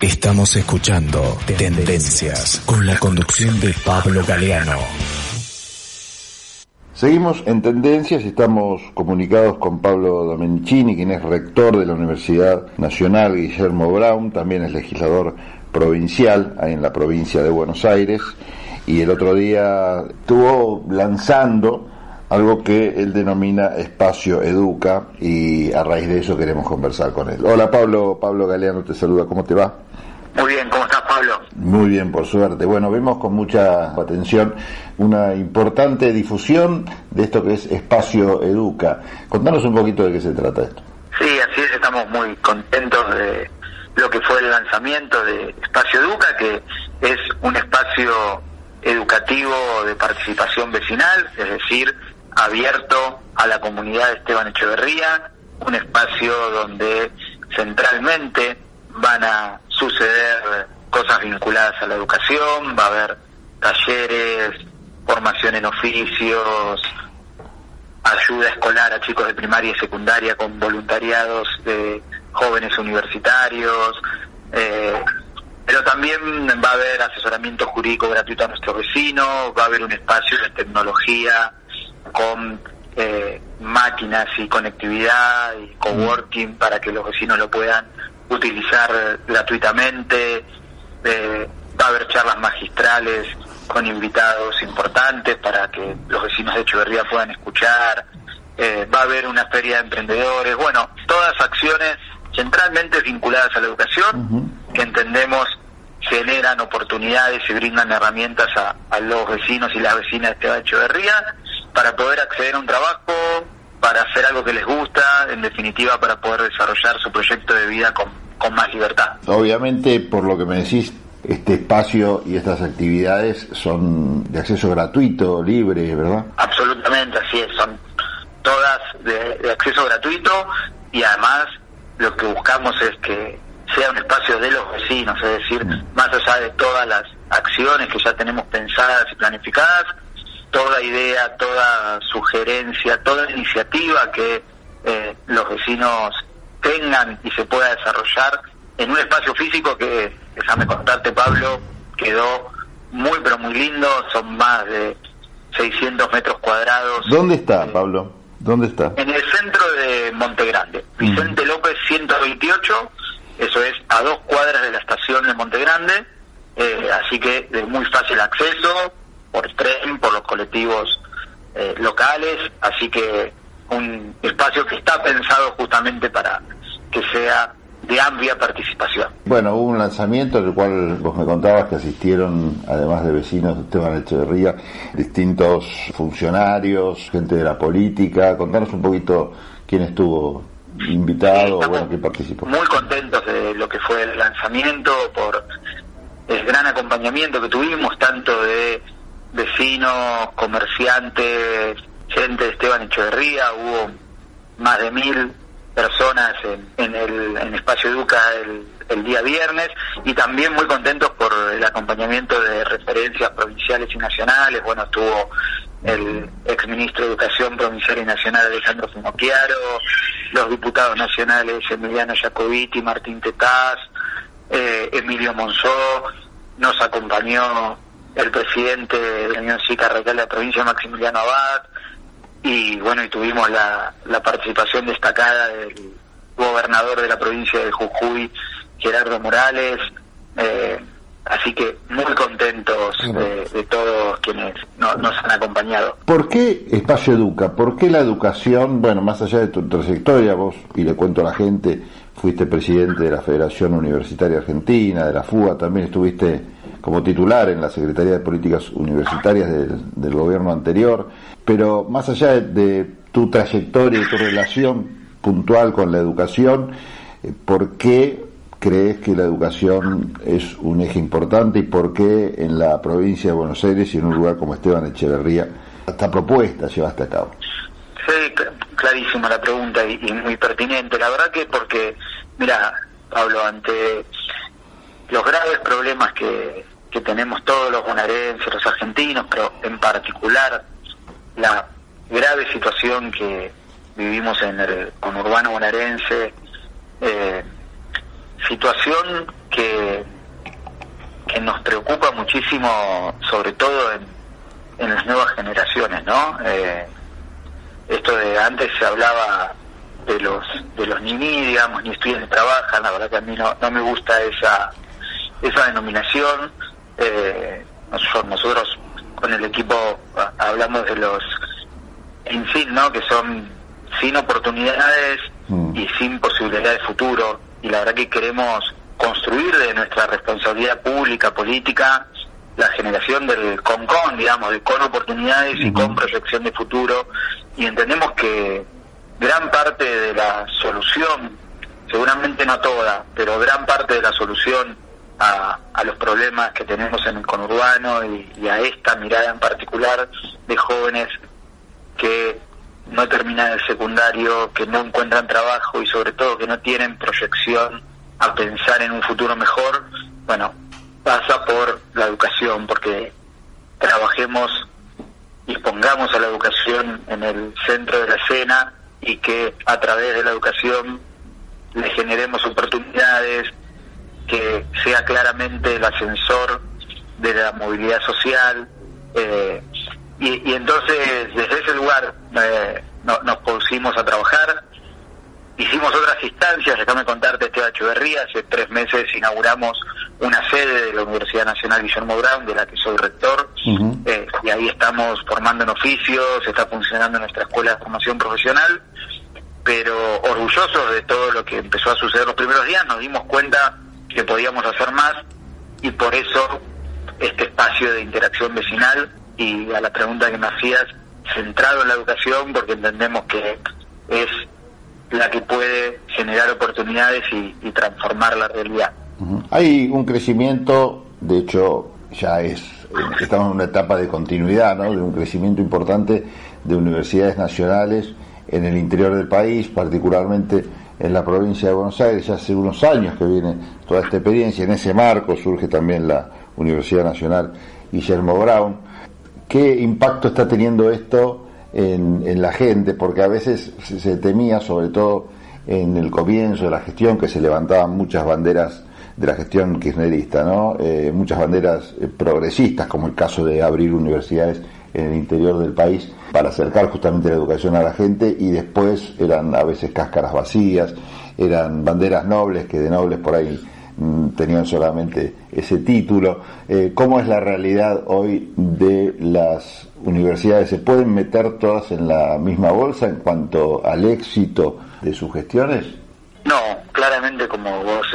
Estamos escuchando Tendencias con la conducción de Pablo Galeano. Seguimos en Tendencias y estamos comunicados con Pablo Domenicini, quien es rector de la Universidad Nacional Guillermo Brown, también es legislador provincial en la provincia de Buenos Aires, y el otro día estuvo lanzando algo que él denomina Espacio Educa, y a raíz de eso queremos conversar con él. Hola Pablo Galeano te saluda, ¿cómo te va? Muy bien, ¿cómo estás, Pablo? Muy bien, por suerte. Bueno, vemos con mucha atención una importante difusión de esto que es Espacio Educa. Contanos un poquito de qué se trata esto. Sí, así es, estamos muy contentos de lo que fue el lanzamiento de Espacio Educa, que es un espacio educativo de participación vecinal, es decir, abierto a la comunidad de Esteban Echeverría, un espacio donde centralmente van a suceder cosas vinculadas a la educación, va a haber talleres, formación en oficios, ayuda escolar a chicos de primaria y secundaria con voluntariados de jóvenes universitarios, pero también va a haber asesoramiento jurídico gratuito a nuestros vecinos, va a haber un espacio de tecnología con máquinas y conectividad y coworking para que los vecinos lo puedan utilizar gratuitamente, va a haber charlas magistrales con invitados importantes para que los vecinos de Echeverría puedan escuchar, va a haber una feria de emprendedores, bueno, todas acciones centralmente vinculadas a la educación, que entendemos generan oportunidades y brindan herramientas a los vecinos y las vecinas de Esteban Echeverría para poder acceder a un trabajo, para hacer algo que les gusta, en definitiva para poder desarrollar su proyecto de vida con más libertad. Obviamente, por lo que me decís, este espacio y estas actividades son de acceso gratuito, libre, ¿verdad? Absolutamente, así es, son todas de acceso gratuito, y además lo que buscamos es que sea un espacio de los vecinos, es decir, más allá de todas las acciones que ya tenemos pensadas y planificadas, toda idea, toda sugerencia, toda iniciativa que los vecinos tengan y se pueda desarrollar en un espacio físico que, déjame contarte, Pablo, quedó muy pero muy lindo, son más de 600 metros cuadrados. ¿Dónde está, Pablo? ¿Dónde está? En el centro de Monte Grande, Vicente López 128, eso es a 2 cuadras de la estación de Monte Grande, así que de muy fácil acceso, por tren, por los colectivos locales, así que un espacio que está pensado justamente para que sea de amplia participación. Bueno, hubo un lanzamiento del cual vos me contabas que asistieron, además de vecinos de Esteban Echeverría, distintos funcionarios, gente de la política. Contanos un poquito quién estuvo invitado o bueno, quién participó. Muy contentos de lo que fue el lanzamiento, por el gran acompañamiento que tuvimos, tanto de vecinos, comerciantes, gente de Esteban Echeverría. Hubo más de 1000 personas en Espacio Educa el día viernes, y también muy contentos por el acompañamiento de referencias provinciales y nacionales. Bueno, estuvo el exministro de Educación Provincial y Nacional Alejandro Finocchiaro, los diputados nacionales Emiliano Jacobiti, Martín Tetaz, Emilio Monzó, nos acompañó el presidente de la Unión Cívica Radical de la provincia, Maximiliano Abad, y bueno, y tuvimos la participación destacada del gobernador de la provincia de Jujuy, Gerardo Morales, así que muy contentos de todos quienes nos han acompañado. ¿Por qué Espacio Educa? ¿Por qué la educación? Bueno, más allá de tu trayectoria, vos, y le cuento a la gente, fuiste presidente de la Federación Universitaria Argentina, de la FUA, también estuviste como titular en la Secretaría de Políticas Universitarias del gobierno anterior, pero más allá de tu trayectoria y tu relación puntual con la educación, ¿por qué crees que la educación es un eje importante y por qué en la provincia de Buenos Aires y en un lugar como Esteban Echeverría esta propuesta llevaste a cabo? Sí, clarísima la pregunta y muy pertinente. La verdad que porque, mira, Pablo, ante los graves problemas que tenemos todos los bonaerenses, los argentinos, pero en particular la grave situación que vivimos en el conurbano bonaerense, situación que nos preocupa muchísimo, sobre todo en las nuevas generaciones, ¿no? Esto de antes se hablaba de los ni digamos, ni estudian ni trabajan. La verdad que a mí no me gusta esa denominación. Nosotros con el equipo hablamos de los en fin, ¿no? Que son sin oportunidades y sin posibilidad de futuro, y la verdad que queremos construir de nuestra responsabilidad pública, política, la generación del con, digamos, de con oportunidades y con proyección de futuro, y entendemos que gran parte de la solución, seguramente no toda, pero gran parte de la solución a los problemas que tenemos en el conurbano y a esta mirada en particular de jóvenes que no terminan el secundario, que no encuentran trabajo y sobre todo que no tienen proyección a pensar en un futuro mejor, bueno, pasa por la educación, porque trabajemos y pongamos a la educación en el centro de la escena y que a través de la educación le generemos oportunidades, que sea claramente el ascensor de la movilidad social, y entonces desde ese lugar nos pusimos a trabajar. Hicimos otras instancias, déjame contarte, Esteban Echeverría, hace 3 meses inauguramos una sede de la Universidad Nacional Guillermo Brown, de la que soy rector, y ahí estamos formando en oficios, está funcionando nuestra escuela de formación profesional, pero orgullosos de todo lo que empezó a suceder los primeros días, nos dimos cuenta que podíamos hacer más, y por eso este espacio de interacción vecinal, y a la pregunta que me hacías, centrado en la educación, porque entendemos que es la que puede generar oportunidades y transformar la realidad. Hay un crecimiento, de hecho ya estamos en una etapa de continuidad, ¿no? De un crecimiento importante de universidades nacionales en el interior del país, particularmente en la provincia de Buenos Aires. Ya hace unos años que viene toda esta experiencia. En ese marco surge también la Universidad Nacional Guillermo Brown. ¿Qué impacto está teniendo esto en la gente? Porque a veces se temía, sobre todo en el comienzo de la gestión, que se levantaban muchas banderas de la gestión kirchnerista, ¿no? Muchas banderas progresistas, como el caso de abrir universidades en el interior del país para acercar justamente la educación a la gente, y después eran a veces cáscaras vacías, eran banderas nobles que de nobles por ahí tenían solamente ese título. ¿Cómo es la realidad hoy de las universidades? ¿Se pueden meter todas en la misma bolsa en cuanto al éxito de sus gestiones? No, claramente, como vos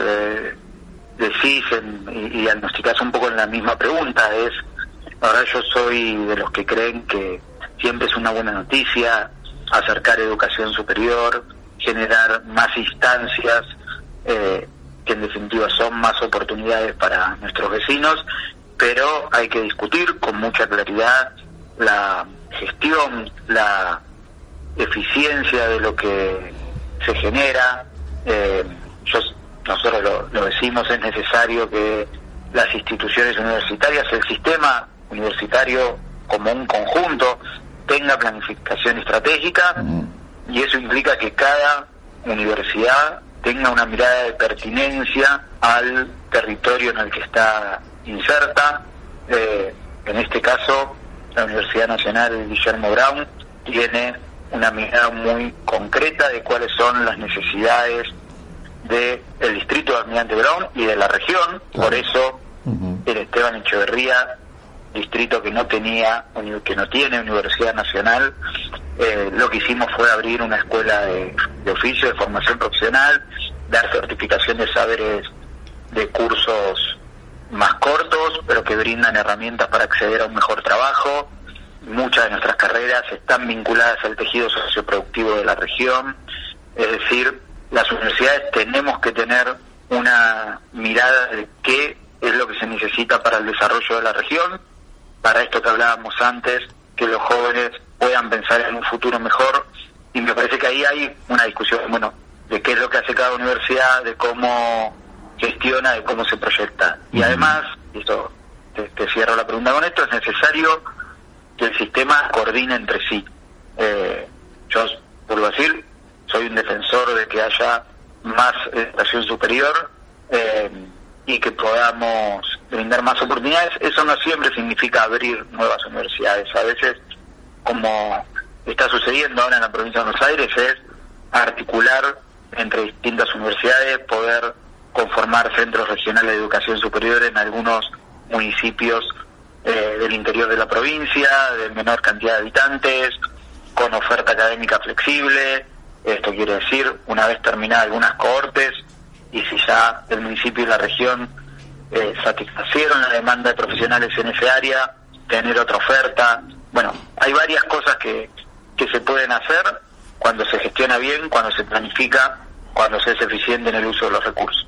decís y diagnosticás un poco en la misma pregunta, ahora yo soy de los que creen que siempre es una buena noticia acercar educación superior, generar más instancias, que en definitiva son más oportunidades para nuestros vecinos, pero hay que discutir con mucha claridad la gestión, la eficiencia de lo que se genera. Nosotros lo decimos, es necesario que las instituciones universitarias, el sistema universitario como un conjunto, tenga planificación estratégica, y eso implica que cada universidad tenga una mirada de pertinencia al territorio en el que está inserta. En este caso, la Universidad Nacional Guillermo Brown tiene una mirada muy concreta de cuáles son las necesidades del distrito de Almirante Brown y de la región. Por eso el Esteban Echeverría, distrito que no tiene Universidad Nacional, lo que hicimos fue abrir una escuela de oficio, de formación profesional, dar certificación de saberes de cursos más cortos, pero que brindan herramientas para acceder a un mejor trabajo. Muchas de nuestras carreras están vinculadas al tejido socioproductivo de la región, es decir, las universidades tenemos que tener una mirada de qué es lo que se necesita para el desarrollo de la región, para esto que hablábamos antes, que los jóvenes puedan pensar en un futuro mejor, y me parece que ahí hay una discusión, de qué es lo que hace cada universidad, de cómo gestiona, de cómo se proyecta. Y además, y esto te cierro la pregunta con esto, es necesario que el sistema coordine entre sí. Yo, vuelvo a decir, soy un defensor de que haya más educación superior, y que podamos brindar más oportunidades. Eso no siempre significa abrir nuevas universidades. A veces, como está sucediendo ahora en la provincia de Buenos Aires, es articular entre distintas universidades, poder conformar centros regionales de educación superior en algunos municipios del interior de la provincia, de menor cantidad de habitantes, con oferta académica flexible. Esto quiere decir, una vez terminadas algunas cohortes, y si ya el municipio y la región satisfacieron la demanda de profesionales en ese área, tener otra oferta. Bueno, hay varias cosas que se pueden hacer cuando se gestiona bien, cuando se planifica, cuando se es eficiente en el uso de los recursos.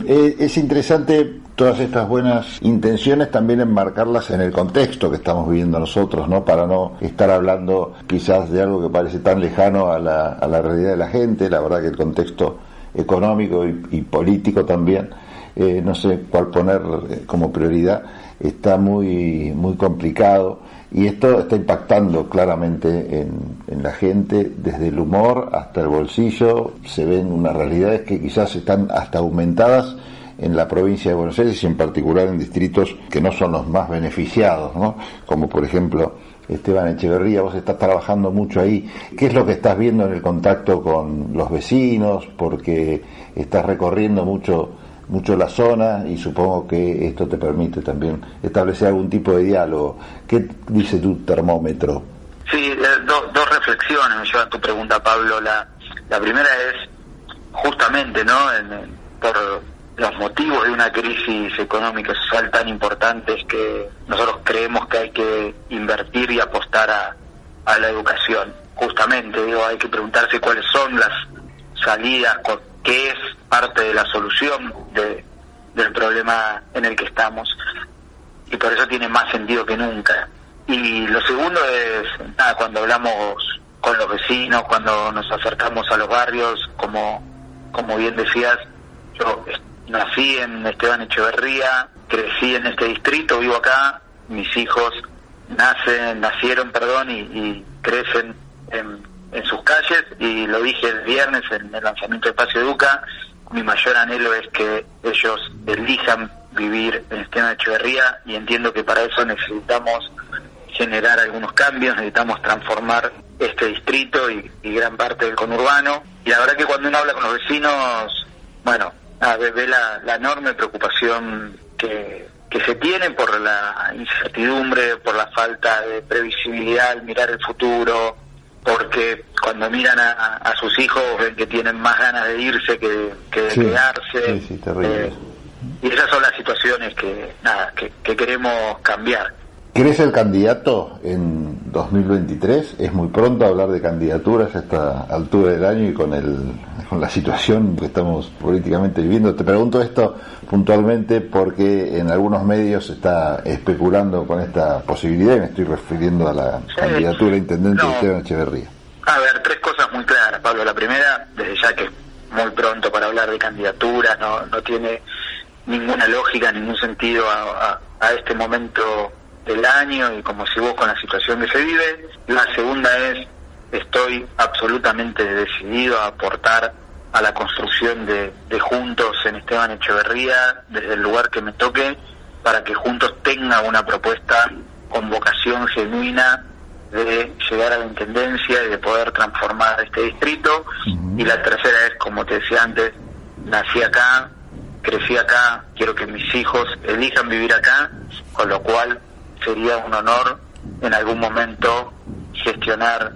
Es interesante todas estas buenas intenciones también enmarcarlas en el contexto que estamos viviendo nosotros, ¿no? Para no estar hablando quizás de algo que parece tan lejano a la realidad de la gente. La verdad que el contexto económico y político también, no sé cuál poner como prioridad, está muy complicado, y esto está impactando claramente en la gente, desde el humor hasta el bolsillo. Se ven unas realidades que quizás están hasta aumentadas en la provincia de Buenos Aires, y en particular en distritos que no son los más beneficiados, ¿no? Como por ejemplo Esteban Echeverría. Vos estás trabajando mucho ahí. ¿Qué es lo que estás viendo en el contacto con los vecinos? Porque estás recorriendo mucho la zona, y supongo que esto te permite también establecer algún tipo de diálogo. ¿Qué dice tu termómetro? Sí, dos reflexiones me llevan a tu pregunta, Pablo. La primera es justamente, ¿no?, por los motivos de una crisis económica y social tan importantes, que nosotros creemos que hay que invertir y apostar a la educación. Justamente, hay que preguntarse cuáles son las salidas, qué es parte de la solución del problema en el que estamos, y por eso tiene más sentido que nunca. Y lo segundo es, cuando hablamos con los vecinos, cuando nos acercamos a los barrios, como bien decías, yo nací en Esteban Echeverría, crecí en este distrito, vivo acá, mis hijos nacieron y crecen en sus calles, y lo dije el viernes en el lanzamiento de Espacio Educa. Mi mayor anhelo es que ellos elijan vivir en Esteban Echeverría, y entiendo que para eso necesitamos generar algunos cambios, necesitamos transformar este distrito y gran parte del conurbano. Y la verdad que cuando uno habla con los vecinos, ve la enorme preocupación que se tiene por la incertidumbre, por la falta de previsibilidad al mirar el futuro, porque cuando miran a sus hijos ven que tienen más ganas de irse que de quedarse. Sí, terrible. Y esas son las situaciones que queremos cambiar. ¿Querés ser candidato en 2023? Es muy pronto hablar de candidaturas a esta altura del año y con la situación que estamos políticamente viviendo. Te pregunto esto puntualmente porque en algunos medios se está especulando con esta posibilidad, y me estoy refiriendo a la candidatura a intendente de Esteban Echeverría. A ver, tres cosas muy claras, Pablo. La primera, desde ya que es muy pronto para hablar de candidaturas, no tiene ninguna lógica, ningún sentido a este momento del año, y como si vos con la situación que se vive. La segunda es, estoy absolutamente decidido a aportar a la construcción de Juntos en Esteban Echeverría, desde el lugar que me toque, para que Juntos tenga una propuesta con vocación genuina de llegar a la intendencia y de poder transformar este distrito. Y la tercera es, como te decía antes, nací acá, crecí acá, quiero que mis hijos elijan vivir acá, con lo cual sería un honor en algún momento gestionar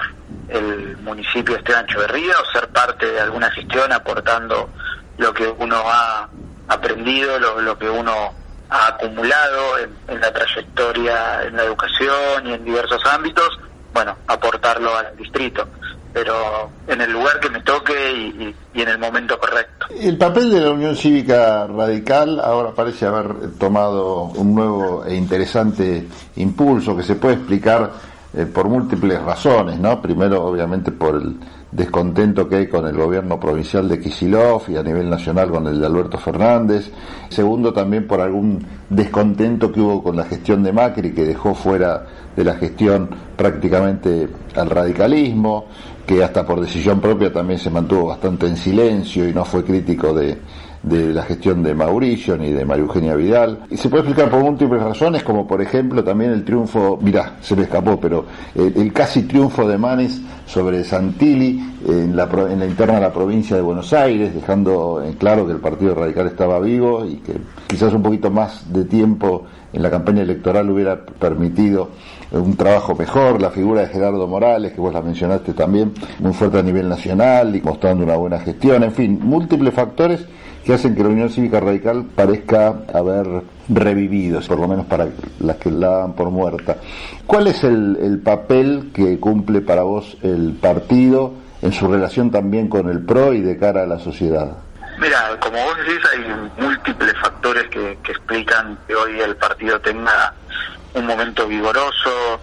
el municipio de Esteban Echeverría, o ser parte de alguna gestión aportando lo que uno ha aprendido, lo que uno ha acumulado en la trayectoria en la educación y en diversos ámbitos, aportarlo al distrito, pero en el lugar que me toque y en el momento correcto. El papel de la Unión Cívica Radical ahora parece haber tomado un nuevo e interesante impulso que se puede explicar por múltiples razones, ¿no? Primero, obviamente, por el descontento que hay con el gobierno provincial de Kicillof y a nivel nacional con el de Alberto Fernández. Segundo, también por algún descontento que hubo con la gestión de Macri, que dejó fuera de la gestión prácticamente al radicalismo, que hasta por decisión propia también se mantuvo bastante en silencio y no fue crítico de de la gestión de Mauricio ni de María Eugenia Vidal, y se puede explicar por múltiples razones, como por ejemplo también el triunfo, mirá, se me escapó, pero el casi triunfo de Manes sobre Santilli en la interna de la provincia de Buenos Aires, dejando en claro que el Partido Radical estaba vivo y que quizás un poquito más de tiempo en la campaña electoral hubiera permitido un trabajo mejor, la figura de Gerardo Morales, que vos la mencionaste también, muy fuerte a nivel nacional y mostrando una buena gestión, en fin, múltiples factores que hacen que la Unión Cívica Radical parezca haber revivido, por lo menos para las que la dan por muerta. ¿Cuál es el papel que cumple para vos el partido en su relación también con el PRO y de cara a la sociedad? Mira, como vos decís, hay múltiples factores que explican que hoy el partido tenga un momento vigoroso.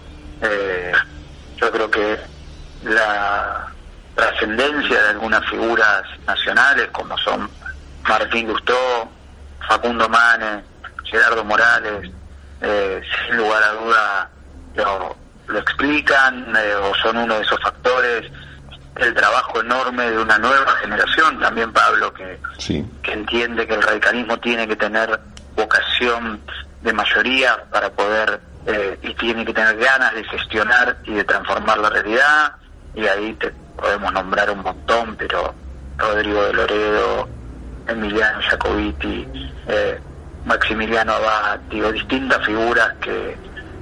Yo creo que la trascendencia de algunas figuras nacionales, como son Martín Lustó, Facundo Manes, Gerardo Morales, sin lugar a duda lo explican, o son uno de esos factores. El trabajo enorme de una nueva generación también, Pablo, que entiende que el radicalismo tiene que tener vocación de mayoría para poder y tiene que tener ganas de gestionar y de transformar la realidad, y ahí te podemos nombrar un montón, pero Rodrigo de Loredo, Emiliano Jacobiti, Maximiliano Abad, digo, distintas figuras que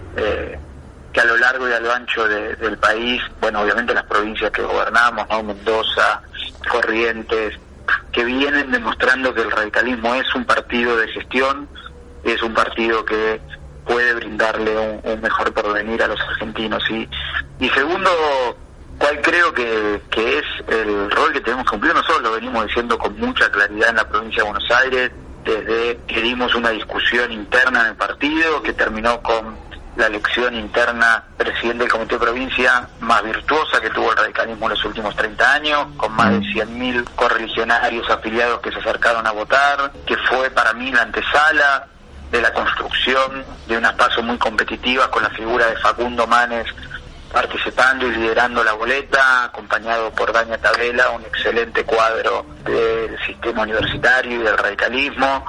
a lo largo y a lo ancho del país, bueno, obviamente las provincias que gobernamos, ¿no? Mendoza, Corrientes, que vienen demostrando que el radicalismo es un partido de gestión, es un partido que puede brindarle un mejor porvenir a los argentinos. Y segundo, cuál creo que es el rol que tenemos que cumplir. Nosotros lo venimos diciendo con mucha claridad en la provincia de Buenos Aires, desde que dimos una discusión interna en el partido, que terminó con la elección interna presidente del Comité de Provincia más virtuosa que tuvo el radicalismo en los últimos 30 años, con más de 100.000 correligionarios afiliados que se acercaron a votar, que fue para mí la antesala de la construcción de unas PASO muy competitivas, con la figura de Facundo Manes participando y liderando la boleta, acompañado por Daña Tabela, un excelente cuadro del sistema universitario y del radicalismo,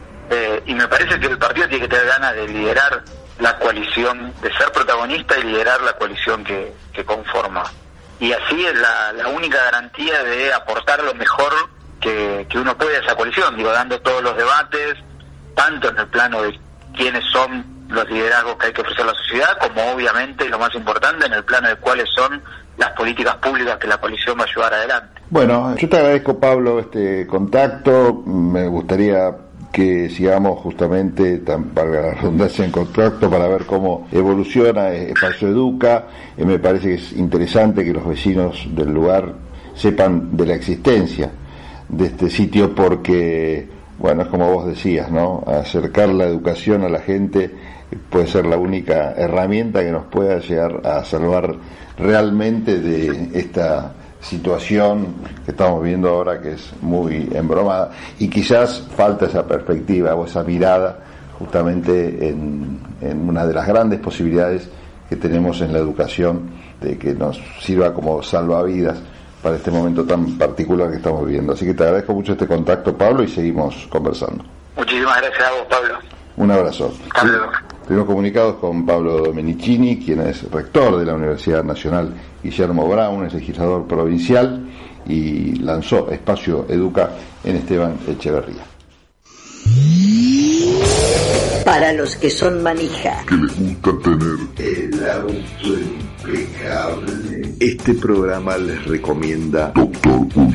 y me parece que el partido tiene que tener ganas de liderar la coalición, de ser protagonista y liderar la coalición que conforma. Y así es la única garantía de aportar lo mejor que uno puede a esa coalición, digo, dando todos los debates, tanto en el plano de quiénes son los liderazgos que hay que ofrecer a la sociedad, como obviamente, y lo más importante, en el plano de cuáles son las políticas públicas que la coalición va a llevar adelante. Bueno, yo te agradezco, Pablo, este contacto. Me gustaría que sigamos justamente, para la redundancia, en contacto para ver cómo evoluciona Espacio Educa. Me parece que es interesante que los vecinos del lugar sepan de la existencia de este sitio, porque, bueno, es como vos decías, ¿no? Acercar la educación a la gente puede ser la única herramienta que nos pueda llegar a salvar realmente de esta situación que estamos viendo ahora, que es muy embromada, y quizás falta esa perspectiva o esa mirada justamente en una de las grandes posibilidades que tenemos en la educación, de que nos sirva como salvavidas para este momento tan particular que estamos viviendo. Así que te agradezco mucho este contacto, Pablo, y seguimos conversando. Muchísimas gracias a vos, Pablo. Un abrazo. Estuvimos comunicados con Pablo Domenicini, quien es rector de la Universidad Nacional Guillermo Brown, es legislador provincial, y lanzó Espacio Educa en Esteban Echeverría. Para los que son manija, que les gusta tener el auto impecable, este programa les recomienda Doctor Uno.